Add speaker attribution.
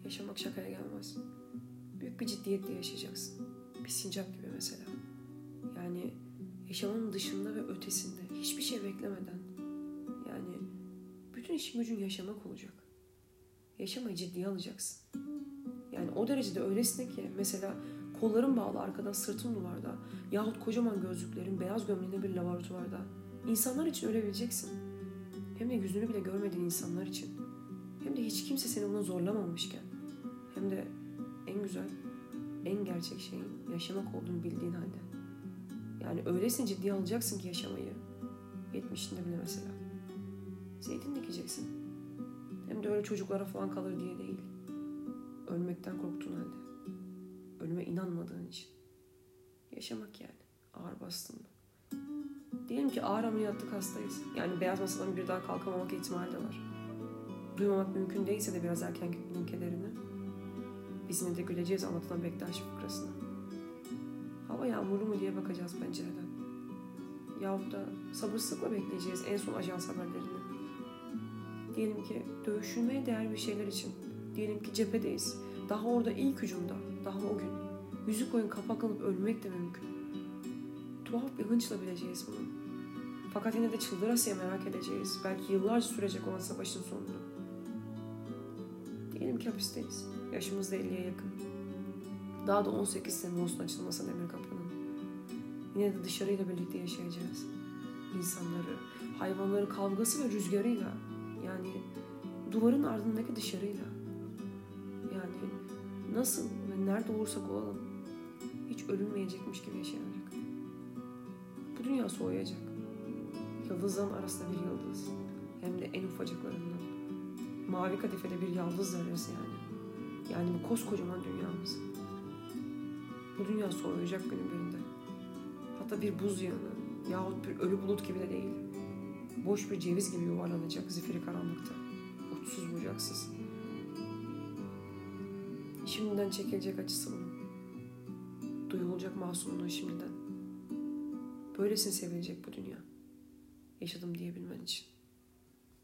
Speaker 1: Yaşamak şakaya gelmez. Büyük bir ciddiyetle yaşayacaksın. Bir sincap gibi mesela. Yani yaşamanın dışında ve ötesinde hiçbir şey beklemeden, yani bütün işin gücün yaşamak olacak. Yaşamayı ciddiye alacaksın. Yani o derecede öylesine ki mesela kolların bağlı arkadan, sırtın duvarda yahut kocaman gözlüklerin, beyaz gömleğinde bir laboratuvarda. İnsanlar için ölebileceksin. Hem de yüzünü bile görmediğin insanlar için. Hem de hiç kimse seni buna zorlamamışken. Hem de en güzel, en gerçek şeyin yaşamak olduğunu bildiğin halde. Yani öylesine ciddiye alacaksın ki yaşamayı. 70'inde bile mesela. Zeytin dikeceksin. Hem de öyle çocuklara falan kalır diye değil. Ölmekten korktuğun halde. Ölüme inanmadığın için. Yaşamak yani. Ağır bastığında. Diyelim ki ağır ameliyatlık hastayız. Yani beyaz masadan bir daha kalkamamak ihtimali de var. Duymamak mümkün değilse de biraz erken gitmenin kederini. Biz yine de güleceğiz anlatılan Bektaş fıkrasına. Hava yağmurlu mu diye bakacağız pencereden. Yahut da sabırsızlıkla bekleyeceğiz en son ajans haberlerini. Diyelim ki dövüşülmeye değer bir şeyler için. Diyelim ki cephedeyiz. Daha orada ilk hücumda, daha o gün. Yüzü koyun kapaklanıp ölmek de mümkün. Tuhaf bir hınçla bileceğiz bunu. Fakat yine de çıldırasıya merak edeceğiz. Belki yıllarca sürecek olan savaşın sonunu. Diyelim ki hapisteyiz. Yaşımız da 50'ye yakın. Daha da 18 sene olsun açılmasa demir kapının. Yine de dışarıyla birlikte yaşayacağız. İnsanları, hayvanları kavgası ve rüzgarıyla. Yani duvarın ardındaki dışarıyla. Yani nasıl ve nerede olursak olalım hiç ölünmeyecekmiş gibi yaşayacak. Bu dünya soğuyacak. Yıldızların arasında bir yıldız. Hem de en ufacıklarından. Mavi kadifede bir yıldız zerresi yani. Yani bu koskocaman dünyamız. Bu dünya soğuyacak günün birinde. Hatta bir buz yığını yahut bir ölü bulut gibi de değil. Boş bir ceviz gibi yuvarlanacak zifiri karanlıkta. Uçsuz bucaksız. Şimdiden çekilecek acısı bunun. Duyulacak masumluğu şimdiden. Böylesine sevilecek bu dünya. Yaşadım diyebilmen için.